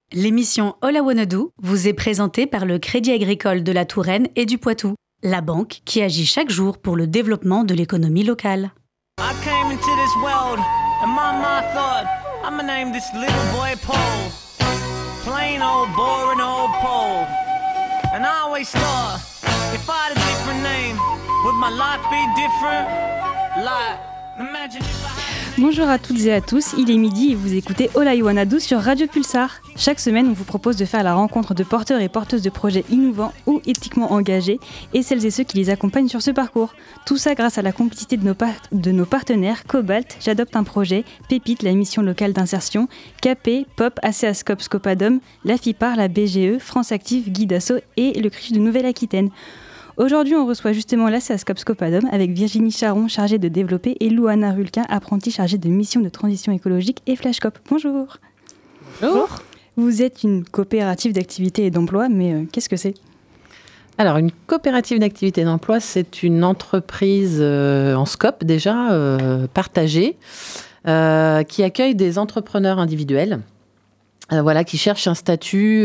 L'émission All I Wanna Do vous est présentée par le Crédit Agricole de la Touraine et du Poitou, la banque qui agit chaque jour pour le développement de l'économie locale. I came into this world and my mom thought I'ma name this little boy Paul. Plain old boring old Paul. And I always thought if I had a different name, would my life be different? Like, imagine if I had... Bonjour à toutes et à tous, il est midi et vous écoutez All I Wanna Do sur Radio Pulsar. Chaque semaine, on vous propose de faire la rencontre de porteurs et porteuses de projets innovants ou éthiquement engagés et celles et ceux qui les accompagnent sur ce parcours. Tout ça grâce à la complicité de nos partenaires Cobalt, J'adopte un projet, Pépite, la mission locale d'insertion, KP, Pop, ACEASCOP, Scopadom, la FIPAR, la BGE, France Active, Guidasso et le CRIJ de Nouvelle-Aquitaine. Aujourd'hui, on reçoit justement l'ACEASCOP Scopadom avec Virginie Charon, chargée de développer, et Louana Rulquin, apprentie chargée de mission de transition écologique et Flashcop. Bonjour. Bonjour. Vous êtes une coopérative d'activité et d'emploi, mais qu'est-ce que c'est ? Alors, une coopérative d'activité et d'emploi, c'est une entreprise en scope déjà, partagée, qui accueille des entrepreneurs individuels, qui cherchent un statut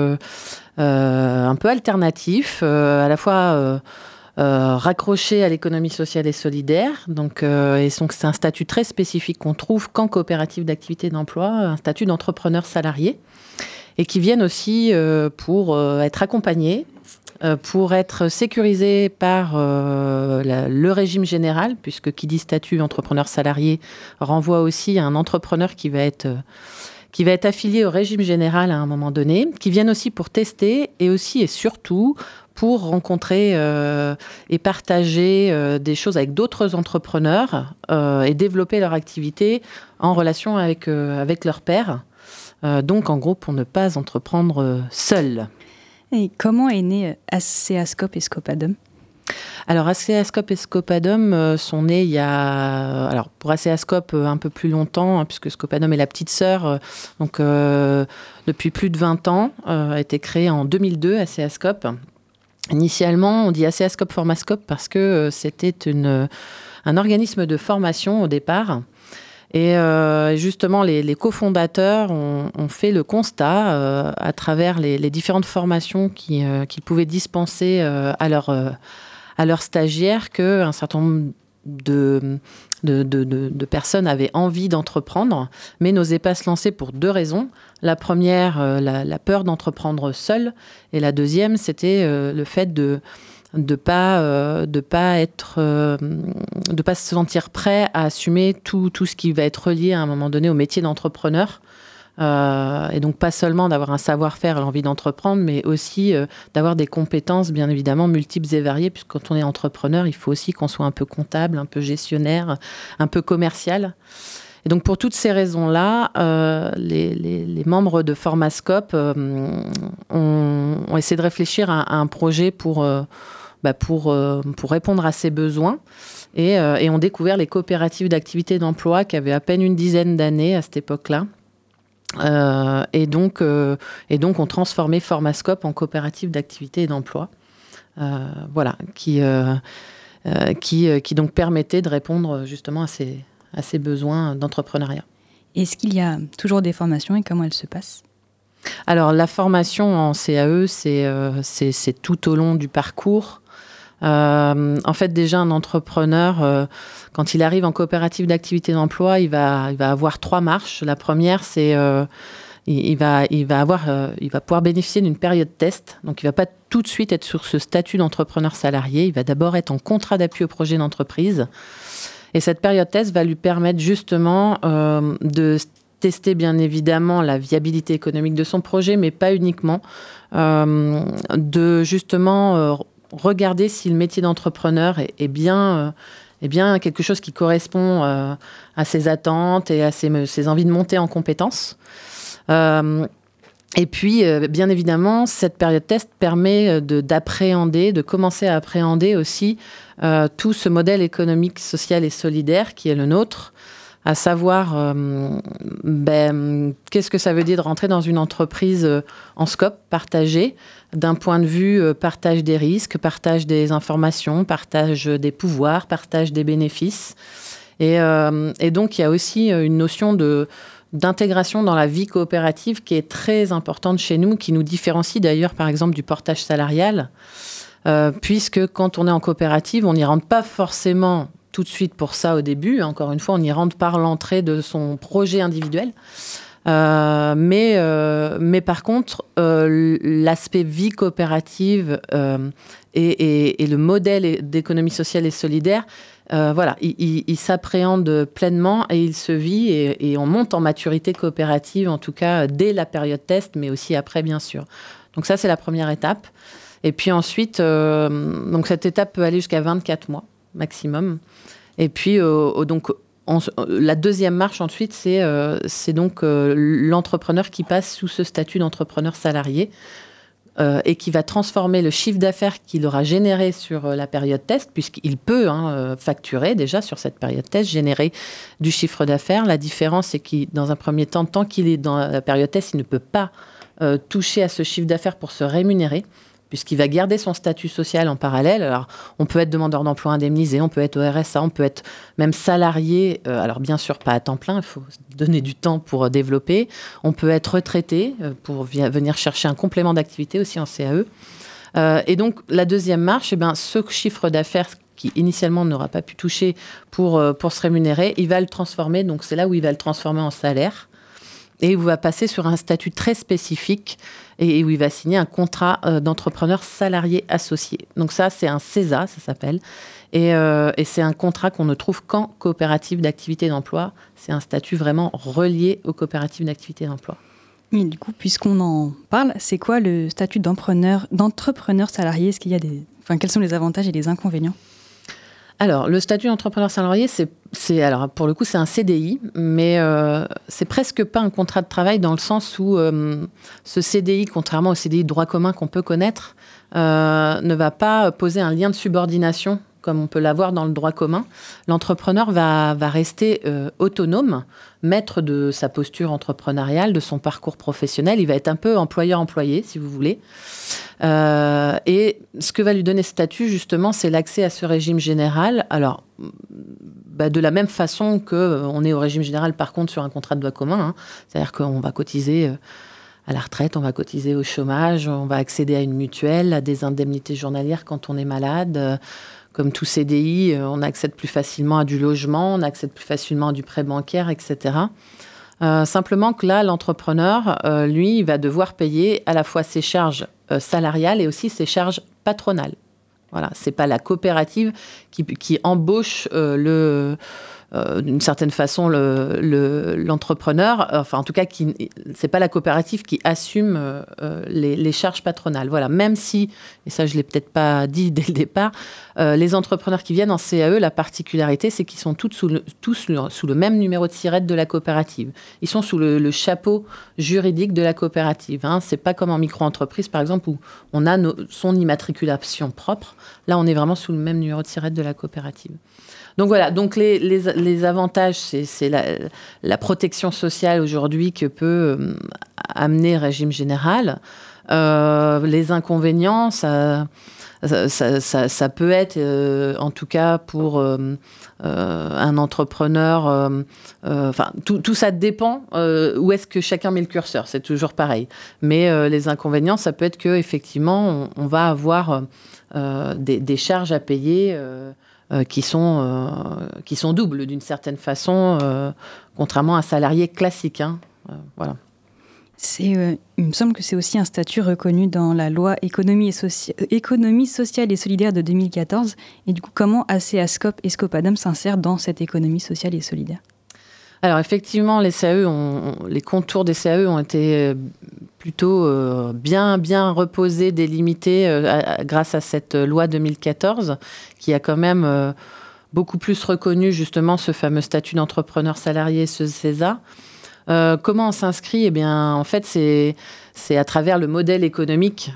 un peu alternatif, à la fois raccroché à l'économie sociale et solidaire. Donc c'est un statut très spécifique qu'on trouve qu'en coopérative d'activité et d'emploi, un statut d'entrepreneur salarié, et qui viennent aussi pour être accompagnés, pour être sécurisés par le régime général, puisque qui dit statut entrepreneur salarié renvoie aussi à un entrepreneur qui va être affilié au régime général à un moment donné, qui viennent aussi pour tester et aussi et surtout pour rencontrer et partager des choses avec d'autres entrepreneurs et développer leur activité en relation avec leurs pairs. Donc, en gros, pour ne pas entreprendre seul. Et comment est né ACEASCOP et Scopadom ? Alors, ACEASCOP et Scopadom sont nés il y a... Alors, pour ACEASCOP, un peu plus longtemps, hein, puisque Scopadom est la petite sœur. Donc, depuis plus de 20 ans, a été créé en 2002, ACEASCOP. Initialement, on dit ACEASCOP Formascope parce que c'était un organisme de formation au départ. Et justement, les cofondateurs ont fait le constat, à travers les différentes formations qu'ils pouvaient dispenser à leurs stagiaires, qu'un certain nombre de personnes avaient envie d'entreprendre, mais n'osaient pas se lancer pour deux raisons. La première, la peur d'entreprendre seul, et la deuxième, c'était le fait de pas se sentir prêt à assumer tout ce qui va être relié à un moment donné au métier d'entrepreneur. Et donc pas seulement d'avoir un savoir-faire et l'envie d'entreprendre, mais aussi d'avoir des compétences bien évidemment multiples et variées, puisque quand on est entrepreneur, il faut aussi qu'on soit un peu comptable, un peu gestionnaire, un peu commercial. Et donc pour toutes ces raisons-là, les membres de Formascope ont essayé de réfléchir à un projet pour répondre à ces besoins et ont découvert les coopératives d'activité d'emploi qui avaient à peine une dizaine d'années à cette époque-là. Et donc ont transformé Formascope en coopérative d'activité et d'emploi, qui donc permettait de répondre justement à ces besoins d'entrepreneuriat. Est-ce qu'il y a toujours des formations et comment elles se passent ? Alors la formation en CAE, c'est tout au long du parcours. En fait, déjà, un entrepreneur, quand il arrive en coopérative d'activité d'emploi, il va avoir 3 marches. La première, c'est il va pouvoir bénéficier d'une période test. Donc, il ne va pas tout de suite être sur ce statut d'entrepreneur salarié. Il va d'abord être en contrat d'appui au projet d'entreprise. Et cette période test va lui permettre justement de tester bien évidemment la viabilité économique de son projet, mais pas uniquement, de justement regarder si le métier d'entrepreneur est bien quelque chose qui correspond à ses attentes et à ses envies de monter en compétences. Et puis, bien évidemment, cette période test permet de commencer à appréhender aussi tout ce modèle économique, social et solidaire qui est le nôtre, à savoir qu'est-ce que ça veut dire de rentrer dans une entreprise en scope partagé, d'un point de vue partage des risques, partage des informations, partage des pouvoirs, partage des bénéfices. Et donc, il y a aussi une notion de d'intégration dans la vie coopérative qui est très importante chez nous, qui nous différencie d'ailleurs, par exemple, du portage salarial, puisque quand on est en coopérative, on n'y rentre pas forcément tout de suite pour ça au début. Encore une fois, on y rentre par l'entrée de son projet individuel. Mais par contre, l'aspect vie coopérative et le modèle d'économie sociale et solidaire, il s'appréhende pleinement et il se vit et on monte en maturité coopérative, en tout cas dès la période test, mais aussi après, bien sûr. Donc ça, c'est la première étape. Et puis ensuite, donc cette étape peut aller jusqu'à 24 mois maximum. Et puis, la deuxième marche ensuite, c'est donc l'entrepreneur qui passe sous ce statut d'entrepreneur salarié et qui va transformer le chiffre d'affaires qu'il aura généré sur la période test, puisqu'il peut facturer déjà sur cette période test, générer du chiffre d'affaires. La différence, c'est qu'il, dans un premier temps, tant qu'il est dans la période test, il ne peut pas toucher à ce chiffre d'affaires pour se rémunérer, puisqu'il va garder son statut social en parallèle. Alors, on peut être demandeur d'emploi indemnisé, on peut être au RSA, on peut être même salarié, alors bien sûr pas à temps plein, il faut donner du temps pour développer. On peut être retraité pour venir chercher un complément d'activité aussi en CAE. Et donc, la deuxième marche, ce chiffre d'affaires qui initialement n'aura pas pu toucher pour se rémunérer, il va le transformer, donc c'est là où il va le transformer en salaire. Et il va passer sur un statut très spécifique et où il va signer un contrat d'entrepreneur salarié associé. Donc ça, c'est un CESA, ça s'appelle. Et c'est un contrat qu'on ne trouve qu'en coopérative d'activité d'emploi. C'est un statut vraiment relié aux coopératives d'activité d'emploi. Et du coup, puisqu'on en parle, c'est quoi le statut d'entrepreneur salarié ? Est-ce qu'il y a quels sont les avantages et les inconvénients ? Alors, le statut d'entrepreneur salarié, alors pour le coup, c'est un CDI, mais c'est presque pas un contrat de travail dans le sens où ce CDI, contrairement au CDI de droit commun qu'on peut connaître, ne va pas poser un lien de subordination comme on peut l'avoir dans le droit commun. L'entrepreneur va rester autonome, maître de sa posture entrepreneuriale, de son parcours professionnel. Il va être un peu employeur-employé, si vous voulez. Et ce que va lui donner ce statut, justement, c'est l'accès à ce régime général. Alors, de la même façon qu'on est au régime général, par contre, sur un contrat de droit commun. C'est-à-dire qu'on va cotiser à la retraite, on va cotiser au chômage, on va accéder à une mutuelle, à des indemnités journalières quand on est malade. Comme tout CDI, on accède plus facilement à du logement, on accède plus facilement à du prêt bancaire, etc. Simplement que là, l'entrepreneur, lui, il va devoir payer à la fois ses charges salariales et aussi ses charges patronales. Voilà, c'est pas la coopérative qui embauche d'une certaine façon l'entrepreneur. Enfin, en tout cas, c'est pas la coopérative qui assume les charges patronales. Voilà, même si, et ça je l'ai peut-être pas dit dès le départ, les entrepreneurs qui viennent en CAE, la particularité, c'est qu'ils sont tous sous le même numéro de SIRET de la coopérative. Ils sont sous le chapeau juridique de la coopérative. C'est pas comme en micro-entreprise, par exemple, où on a son immatriculation propre. Là, on est vraiment sous le même numéro de SIRET de la coopérative. Donc voilà, donc les avantages, c'est la protection sociale aujourd'hui que peut amener le régime général. Les inconvénients, ça peut être, en tout cas pour un entrepreneur, tout ça dépend où est-ce que chacun met le curseur, c'est toujours pareil. Mais les inconvénients, ça peut être qu'effectivement, on va avoir des charges à payer qui sont doubles d'une certaine façon, contrairement à un salarié classique. Voilà. Il me semble que c'est aussi un statut reconnu dans la loi économie sociale et solidaire de 2014. Et du coup, comment ACA Scope et Scopadam s'insèrent dans cette économie sociale et solidaire ? Alors effectivement, les contours des CAE ont été plutôt bien reposés, délimités grâce à cette loi 2014 qui a quand même beaucoup plus reconnu justement ce fameux statut d'entrepreneur salarié, ce CESA. Comment on s'inscrit ? Eh bien, en fait, c'est à travers le modèle économique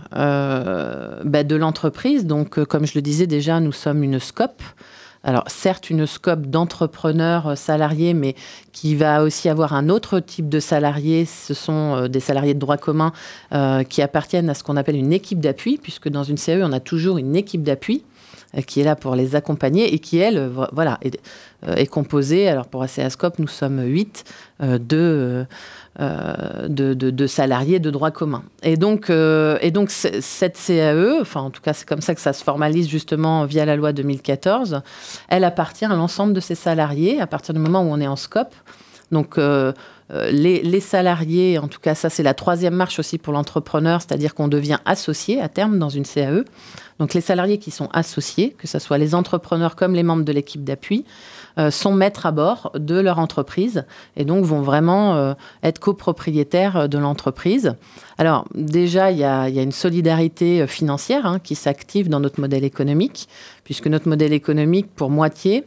de l'entreprise. Donc, comme je le disais déjà, nous sommes une SCOP. Alors, certes, une SCOP d'entrepreneurs salariés, mais qui va aussi avoir un autre type de salariés. Ce sont des salariés de droit commun qui appartiennent à ce qu'on appelle une équipe d'appui, puisque dans une CAE, on a toujours une équipe d'appui. qui est là pour les accompagner et qui, elle, est composée. Alors, pour ACA-Scope, nous sommes 8 de salariés de droit commun. Et donc cette CAE, enfin, en tout cas, c'est comme ça que ça se formalise justement via la loi 2014, elle appartient à l'ensemble de ces salariés à partir du moment où on est en Scope. Donc, les salariés, en tout cas, ça, c'est la 3e marche aussi pour l'entrepreneur, c'est-à-dire qu'on devient associé à terme dans une CAE. Donc, les salariés qui sont associés, que ce soit les entrepreneurs comme les membres de l'équipe d'appui, sont maîtres à bord de leur entreprise et donc vont vraiment être copropriétaires de l'entreprise. Alors, déjà, il y a une solidarité financière qui s'active dans notre modèle économique, puisque notre modèle économique, pour moitié,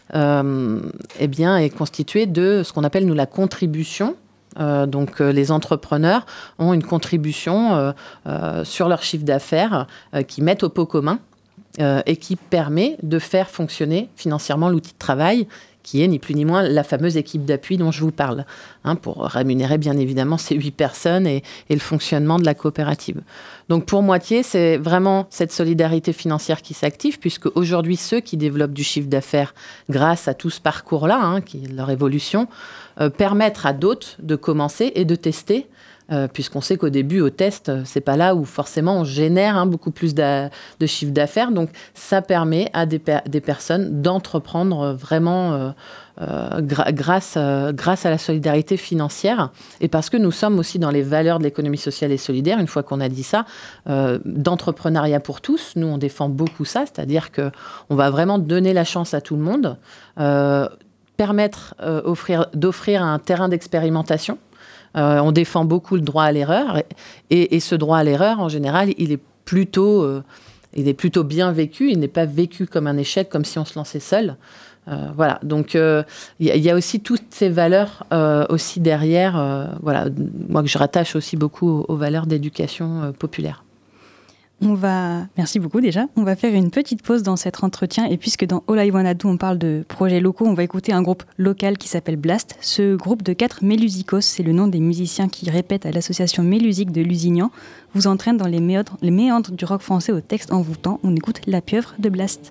est constitué de ce qu'on appelle, nous, la contribution. Donc, les entrepreneurs ont une contribution sur leur chiffre d'affaires qu'ils mettent au pot commun et qui permet de faire fonctionner financièrement l'outil de travail qui est ni plus ni moins la fameuse équipe d'appui dont je vous parle, pour rémunérer bien évidemment ces 8 personnes et le fonctionnement de la coopérative. Donc pour moitié, c'est vraiment cette solidarité financière qui s'active, puisque aujourd'hui, ceux qui développent du chiffre d'affaires grâce à tout ce parcours-là, qui est leur évolution, permettent à d'autres de commencer et de tester, puisqu'on sait qu'au début, au test, c'est pas là où forcément on génère beaucoup plus de chiffre d'affaires. Donc, ça permet à des personnes d'entreprendre vraiment grâce à la solidarité financière. Et parce que nous sommes aussi dans les valeurs de l'économie sociale et solidaire, une fois qu'on a dit ça, d'entrepreneuriat pour tous. Nous, on défend beaucoup ça, c'est-à-dire qu'on va vraiment donner la chance à tout le monde, permettre d'offrir un terrain d'expérimentation. On défend beaucoup le droit à l'erreur et ce droit à l'erreur, en général, il est plutôt bien vécu. Il n'est pas vécu comme un échec, comme si on se lançait seul. Voilà. Donc, il y a aussi toutes ces valeurs aussi derrière. Voilà. Moi, que je rattache aussi beaucoup aux valeurs d'éducation populaire. Merci beaucoup déjà. On va faire une petite pause dans cet entretien et puisque dans All I Wanna Do on parle de projets locaux, on va écouter un groupe local qui s'appelle Blast. Ce groupe de 4 Mélusicos, c'est le nom des musiciens qui répètent à l'association Mélusique de Lusignan, vous entraîne dans les méandres du rock français au texte envoûtant. On écoute La Pieuvre de Blast.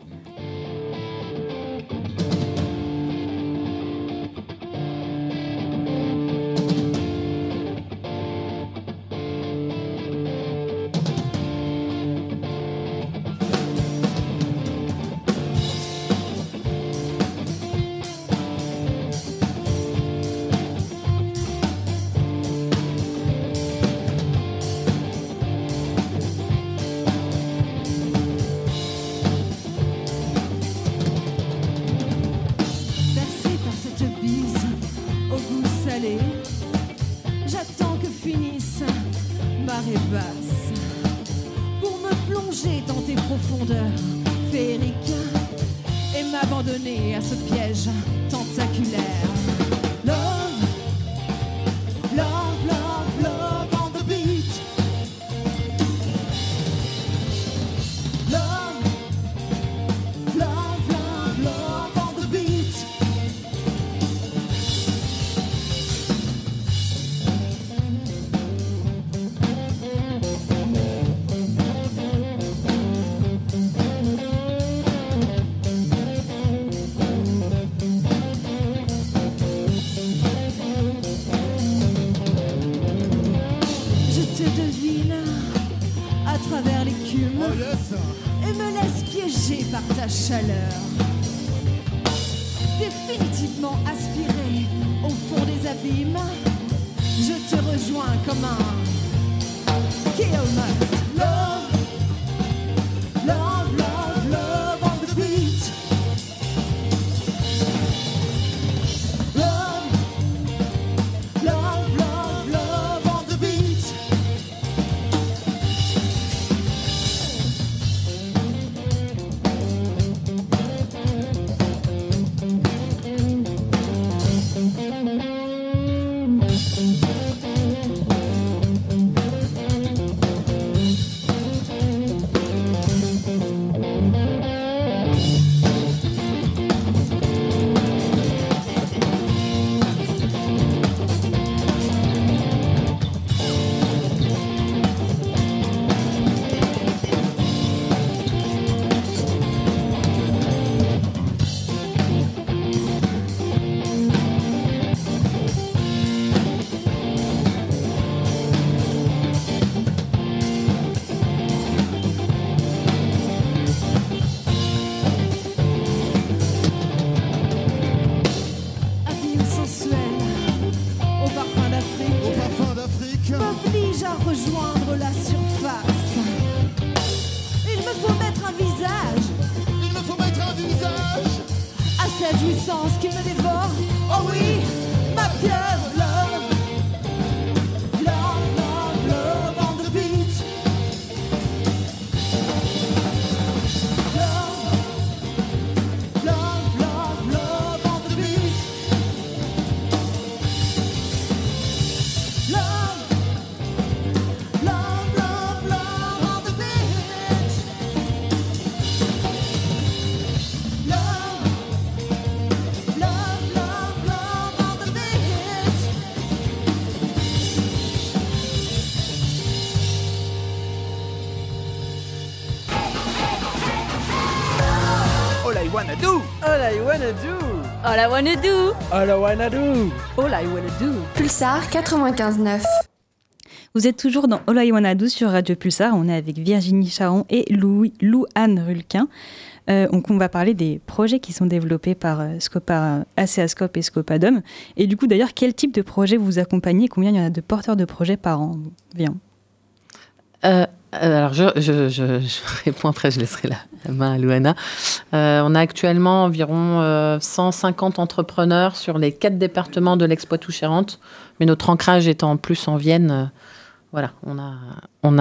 J'attends que finisse marée basse pour me plonger dans tes profondeurs féeriques et m'abandonner à ce piège tentaculaire. Love, love, love, love on the beach. Love, love, love, love on the beach. Travers l'écume et me laisse piéger par ta chaleur. Définitivement aspiré au fond des abîmes, je te rejoins comme un kill must. Love, love, love, love on the beach. Love, love, love, love on the beach. à rejoindre la surface. Il me faut mettre un visage. Il me faut mettre un visage À cette jouissance qui me dévore. Oh oui, ma pieuvre, love. Love, love, love on the beach. Love, love, love, love on the beach. Love, love, love, love on the beach. Love, love, love, love on the beach. All I wanna do. All I wanna do. All I wanna do. All I wanna do. All I wanna do. Pulsar 95.9. Vous êtes toujours dans All I Wanna Do sur Radio Pulsar. On est avec Virginie Charon et Lou-Anne Rulquin. Donc on va parler des projets qui sont développés par ACA Scope et Scopadom. Et du coup, d'ailleurs, quel type de projet vous accompagnez et combien il y en a de porteurs de projets par an? Viens. Alors, je réponds après, je laisserai la main à Louana. On a actuellement environ 150 entrepreneurs sur les 4 départements de l'Ex-Poitou-Charentes, mais notre ancrage étant plus en Vienne, voilà, on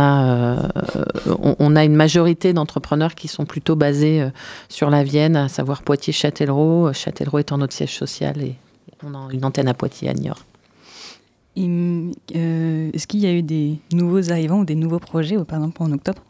a une majorité d'entrepreneurs qui sont plutôt basés sur la Vienne, à savoir Poitiers-Châtellerault. Châtellerault étant notre siège social et on a une antenne à Poitiers, à Niort. Est-ce qu'il y a eu des nouveaux arrivants ou des nouveaux projets, par exemple en octobre?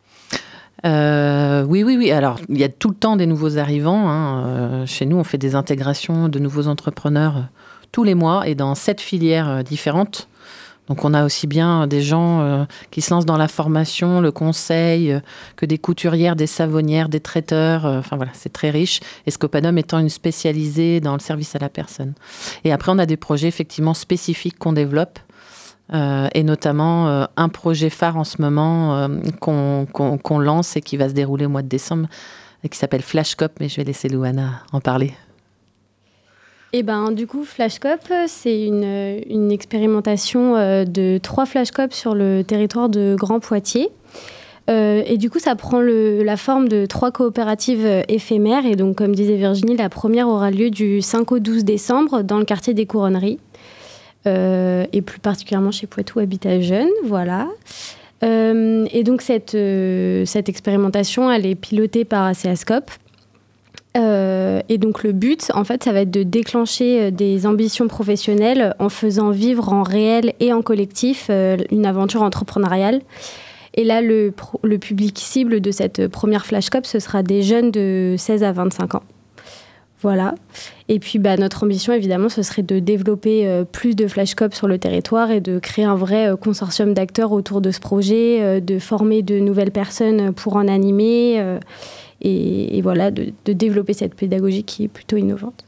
Oui. Alors, il y a tout le temps des nouveaux arrivants. Chez nous, on fait des intégrations de nouveaux entrepreneurs tous les mois et dans 7 filières différentes. Donc, on a aussi bien des gens qui se lancent dans la formation, le conseil, que des couturières, des savonnières, des traiteurs. Enfin, voilà, c'est très riche. Et Scopadom étant une spécialisée dans le service à la personne. Et après, on a des projets effectivement spécifiques qu'on développe. Et notamment un projet phare en ce moment qu'on lance et qui va se dérouler au mois de décembre, et qui s'appelle Flashcop. Mais je vais laisser Louana en parler. Et du coup, Flashcop, c'est une expérimentation de 3 Flashcops sur le territoire de Grand Poitiers. Et du coup, ça prend la forme de 3 coopératives éphémères. Et donc, comme disait Virginie, la première aura lieu du 5 au 12 décembre dans le quartier des Couronneries. Et plus particulièrement chez Poitou Habitat Jeune, voilà. Et donc, cette expérimentation, elle est pilotée par ACA Scope. Et donc le but, en fait, ça va être de déclencher des ambitions professionnelles en faisant vivre en réel et en collectif une aventure entrepreneuriale. Et là, le public cible de cette première Flashcop, ce sera des jeunes de 16 à 25 ans. Voilà. Et puis, notre ambition, évidemment, ce serait de développer plus de Flashcop sur le territoire et de créer un vrai consortium d'acteurs autour de ce projet, de former de nouvelles personnes pour en animer et voilà, de développer cette pédagogie qui est plutôt innovante.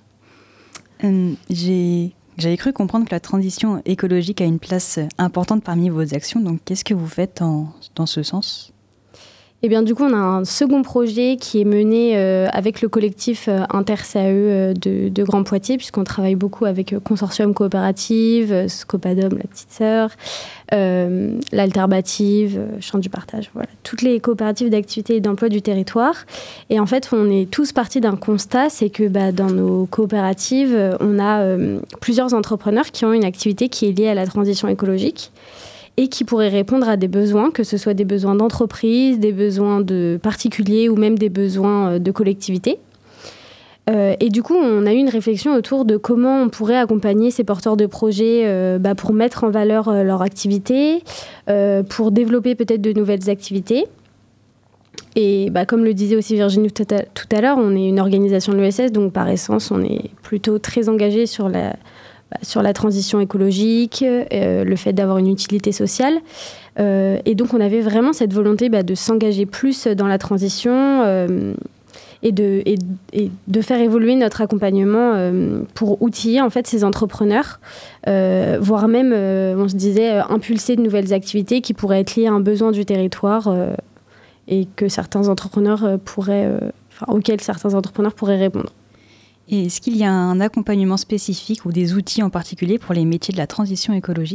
J'avais cru comprendre que la transition écologique a une place importante parmi vos actions. Donc, qu'est-ce que vous faites dans ce sens ? Eh bien, du coup, on a un second projet qui est mené avec le collectif Inter-CAE de Grand Poitiers, puisqu'on travaille beaucoup avec Consortium Coopérative, Scopadom, la petite sœur, l'Alterbative, Champ du Partage, voilà, toutes les coopératives d'activité et d'emploi du territoire. Et en fait, on est tous partis d'un constat, c'est que dans nos coopératives, on a plusieurs entrepreneurs qui ont une activité qui est liée à la transition écologique et qui pourrait répondre à des besoins, que ce soit des besoins d'entreprise, des besoins de particuliers ou même des besoins de collectivités. Et du coup, on a eu une réflexion autour de comment on pourrait accompagner ces porteurs de projets pour mettre en valeur leur activité, pour développer peut-être de nouvelles activités. Et comme le disait aussi Virginie tout à l'heure, on est une organisation de l'ESS, donc par essence, on est plutôt très engagé sur la transition écologique, le fait d'avoir une utilité sociale. Et donc, on avait vraiment cette volonté de s'engager plus dans la transition et de faire évoluer notre accompagnement pour outiller en fait, ces entrepreneurs, voire même, on se disait, impulser de nouvelles activités qui pourraient être liées à un besoin du territoire et que certains entrepreneurs auxquels certains entrepreneurs pourraient répondre. Et est-ce qu'il y a un accompagnement spécifique ou des outils en particulier pour les métiers de la transition écologique ?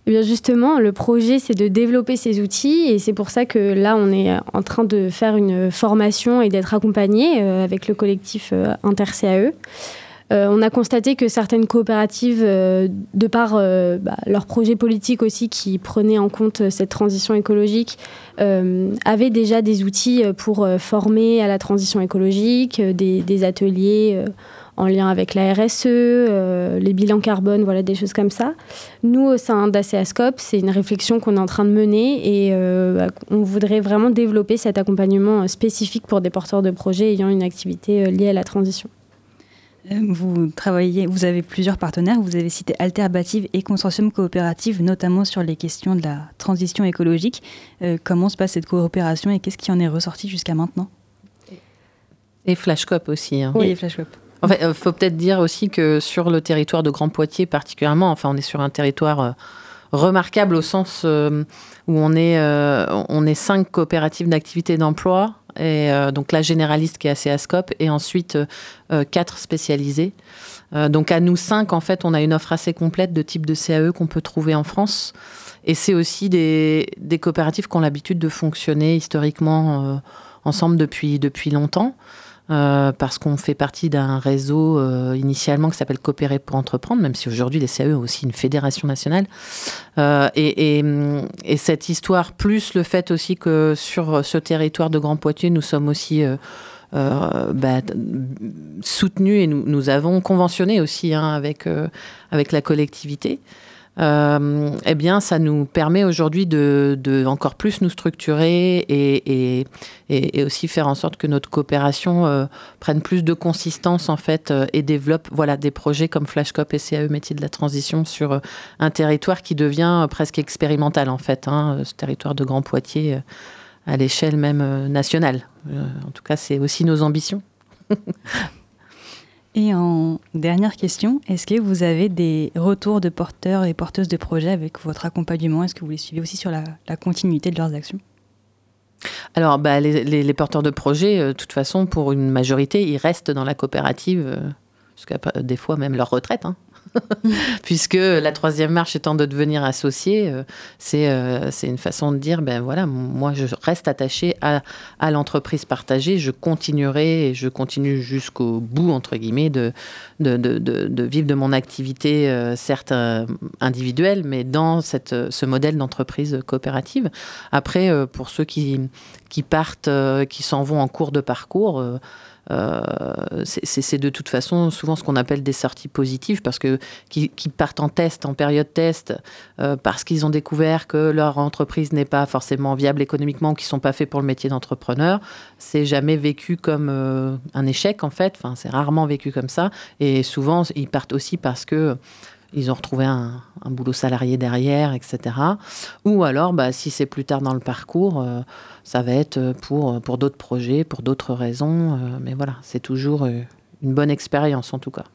Eh bien justement, le projet, c'est de développer ces outils et c'est pour ça que là, on est en train de faire une formation et d'être accompagné avec le collectif Inter-CAE. On a constaté que certaines coopératives, de par leurs projets politiques aussi qui prenaient en compte cette transition écologique, avaient déjà des outils pour former à la transition écologique, des ateliers en lien avec la RSE, les bilans carbone, voilà, des choses comme ça. Nous, au sein d'ACEA-Scope, c'est une réflexion qu'on est en train de mener et on voudrait vraiment développer cet accompagnement spécifique pour des porteurs de projets ayant une activité liée à la transition. Vous avez plusieurs partenaires, vous avez cité Alterbative et Consortium Coopérative, notamment sur les questions de la transition écologique. Comment se passe cette coopération et qu'est-ce qui en est ressorti jusqu'à maintenant ? Et Flashcop aussi. Hein. Oui, et Flashcop. En fait, faut peut-être dire aussi que sur le territoire de Grand Poitiers particulièrement, enfin, on est sur un territoire remarquable au sens où on est 5 coopératives d'activité d'emploi, et donc la généraliste qui est ACEA-Scope, et ensuite 4 spécialisées. Donc à nous 5, en fait, on a une offre assez complète de type de CAE qu'on peut trouver en France. Et c'est aussi des coopératives qui ont l'habitude de fonctionner historiquement ensemble depuis longtemps. Parce qu'on fait partie d'un réseau initialement qui s'appelle Coopérer pour entreprendre, même si aujourd'hui les CAE ont aussi une fédération nationale. Et cette histoire, plus le fait aussi que sur ce territoire de Grand Poitiers, nous sommes aussi soutenus et nous avons conventionné aussi avec la collectivité. Eh bien, ça nous permet aujourd'hui de encore plus nous structurer et aussi faire en sorte que notre coopération prenne plus de consistance en fait et développe des projets comme Flashcop et CAE Métiers de la Transition sur un territoire qui devient presque expérimental en fait, ce territoire de Grand Poitiers à l'échelle même nationale. En tout cas, c'est aussi nos ambitions. Et en dernière question, est-ce que vous avez des retours de porteurs et porteuses de projets avec votre accompagnement ? Est-ce que vous les suivez aussi sur la continuité de leurs actions ? Alors, les porteurs de projets, de toute façon, pour une majorité, ils restent dans la coopérative jusqu'à des fois même leur retraite. Puisque la troisième marche étant de devenir associé, c'est une façon de dire, moi je reste attaché à l'entreprise partagée, je continuerai et je continue jusqu'au bout, entre guillemets, de vivre de mon activité, certes individuelle, mais dans ce modèle d'entreprise coopérative. Après, pour ceux qui partent, qui s'en vont en cours de parcours, c'est de toute façon souvent ce qu'on appelle des sorties positives parce que qui partent en période test parce qu'ils ont découvert que leur entreprise n'est pas forcément viable économiquement ou qu'ils sont pas faits pour le métier d'entrepreneur. C'est jamais vécu comme un échec en fait, enfin c'est rarement vécu comme ça, et souvent ils partent aussi parce que ils ont retrouvé un boulot salarié derrière, etc. Ou alors, si c'est plus tard dans le parcours, ça va être pour d'autres projets, pour d'autres raisons. Mais voilà, c'est toujours une bonne expérience en tout cas.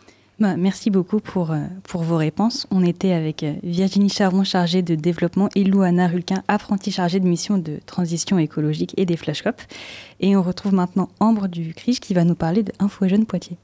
Merci beaucoup pour vos réponses. On était avec Virginie Charron, chargée de développement, et Louana Rulquin, apprentie chargée de mission de transition écologique et des Flashcop. Et on retrouve maintenant Ambre du CRIJ qui va nous parler d'Info Jeunes Poitiers.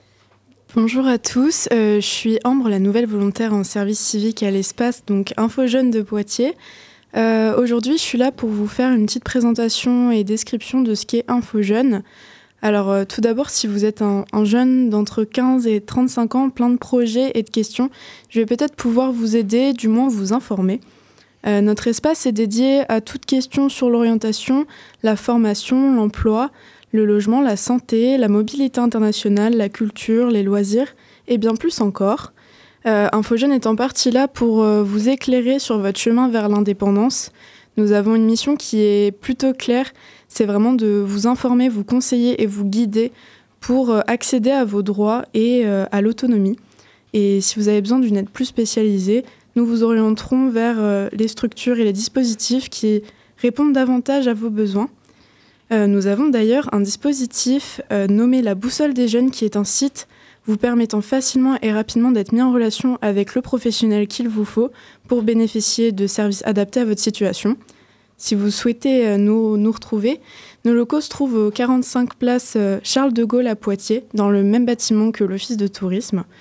Bonjour à tous, je suis Ambre, la nouvelle volontaire en service civique à l'espace, donc Info Jeunes de Poitiers. Aujourd'hui, je suis là pour vous faire une petite présentation et description de ce qu'est Info Jeunes. Alors tout d'abord, si vous êtes un jeune d'entre 15 et 35 ans, plein de projets et de questions, je vais peut-être pouvoir vous aider, du moins vous informer. Notre espace est dédié à toute question sur l'orientation, la formation, l'emploi, le logement, la santé, la mobilité internationale, la culture, les loisirs et bien plus encore. Info Jeunes est en partie là pour vous éclairer sur votre chemin vers l'indépendance. Nous avons une mission qui est plutôt claire, c'est vraiment de vous informer, vous conseiller et vous guider pour accéder à vos droits et à l'autonomie. Et si vous avez besoin d'une aide plus spécialisée, nous vous orienterons vers les structures et les dispositifs qui répondent davantage à vos besoins. Nous avons d'ailleurs un dispositif nommé la Boussole des Jeunes qui est un site vous permettant facilement et rapidement d'être mis en relation avec le professionnel qu'il vous faut pour bénéficier de services adaptés à votre situation. Si vous souhaitez nous retrouver, nos locaux se trouvent aux 45 places Charles de Gaulle à Poitiers, dans le même bâtiment que l'Office de tourisme.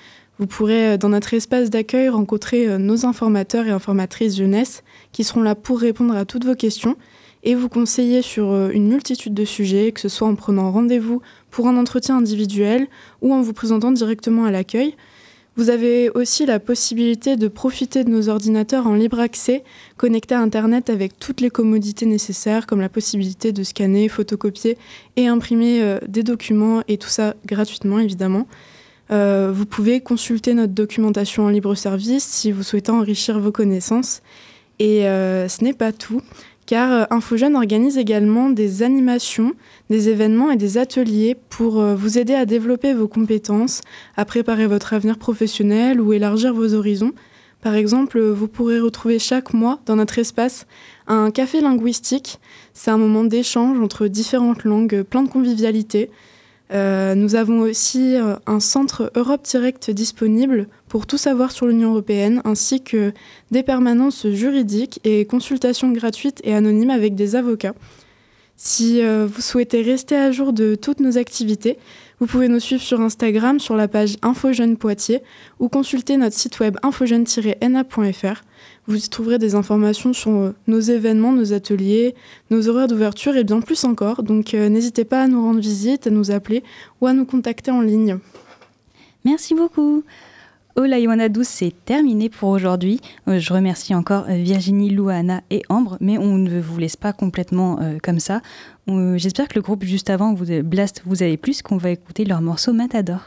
Vous pourrez, dans notre espace d'accueil, rencontrer nos informateurs et informatrices jeunesse qui seront là pour répondre à toutes vos questions et vous conseiller sur une multitude de sujets, que ce soit en prenant rendez-vous pour un entretien individuel ou en vous présentant directement à l'accueil. Vous avez aussi la possibilité de profiter de nos ordinateurs en libre accès, connectés à Internet avec toutes les commodités nécessaires, comme la possibilité de scanner, photocopier et imprimer des documents, et tout ça gratuitement évidemment. Vous pouvez consulter notre documentation en libre service si vous souhaitez enrichir vos connaissances. Et ce n'est pas tout, car InfoJeune organise également des animations, des événements et des ateliers pour vous aider à développer vos compétences, à préparer votre avenir professionnel ou élargir vos horizons. Par exemple, vous pourrez retrouver chaque mois dans notre espace un café linguistique. C'est un moment d'échange entre différentes langues, plein de convivialité. Nous avons aussi un centre Europe Direct disponible pour tout savoir sur l'Union européenne, ainsi que des permanences juridiques et consultations gratuites et anonymes avec des avocats. Si vous souhaitez rester à jour de toutes nos activités, vous pouvez nous suivre sur Instagram sur la page InfoJeune Poitiers ou consulter notre site web infojeune-na.fr. Vous y trouverez des informations sur nos événements, nos ateliers, nos horaires d'ouverture et bien plus encore. Donc n'hésitez pas à nous rendre visite, à nous appeler ou à nous contacter en ligne. Merci beaucoup. All I Wanna Do, c'est terminé pour aujourd'hui. Je remercie encore Virginie, Louana et Ambre, mais on ne vous laisse pas complètement comme ça. J'espère que le groupe juste avant, Blast, vous avez plu, qu'on va écouter leur morceau Matador.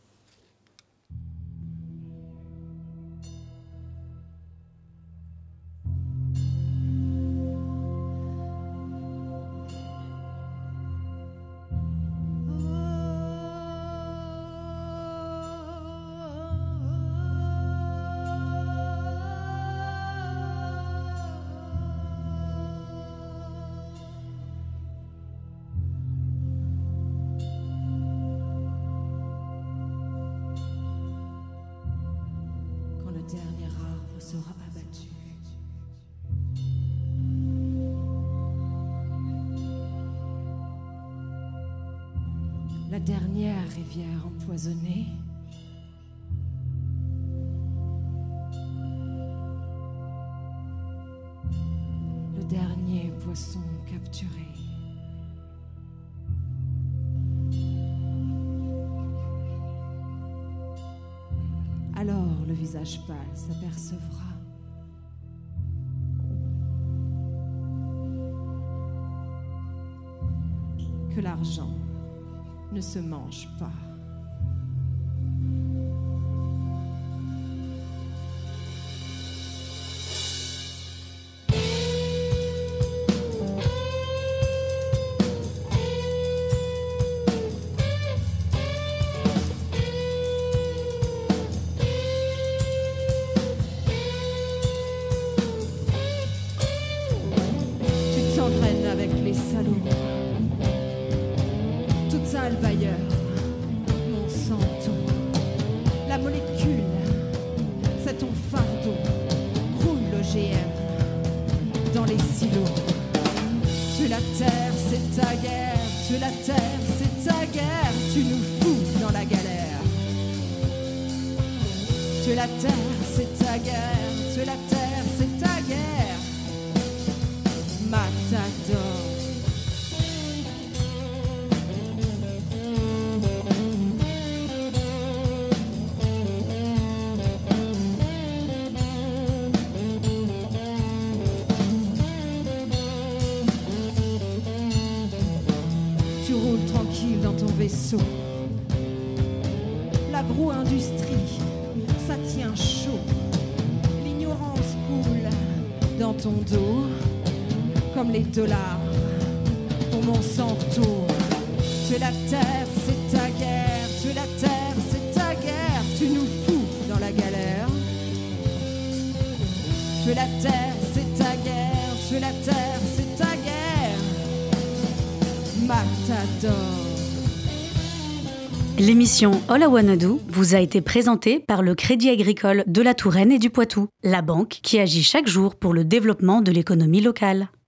Dernier arbre sera abattu. La dernière rivière empoisonnée. Le dernier poisson capturé. Alors le visage pâle s'apercevra que l'argent ne se mange pas. Avec les salauds, toute sale vailleur, Monsanto, la molécule, c'est ton fardeau, roule l'OGM dans les silos. Tu la terre, c'est ta guerre, tu la terre, c'est ta guerre, tu nous fous dans la galère. Tu la terre, c'est ta guerre, tu la terre, c'est ta guerre. Matador. Tu roules tranquille dans ton vaisseau. L'agro-industrie, ça tient chaud. L'ignorance coule dans ton dos. Comme les dollars pour Monsanto. Tu es la terre, c'est ta guerre. Tu es la terre, c'est ta guerre. Tu nous fous dans la galère. Tu es la terre, c'est ta guerre. Tu es la terre, c'est ta guerre. Matador. L'émission All I Wanna Do vous a été présentée par le Crédit Agricole de la Touraine et du Poitou, la banque qui agit chaque jour pour le développement de l'économie locale.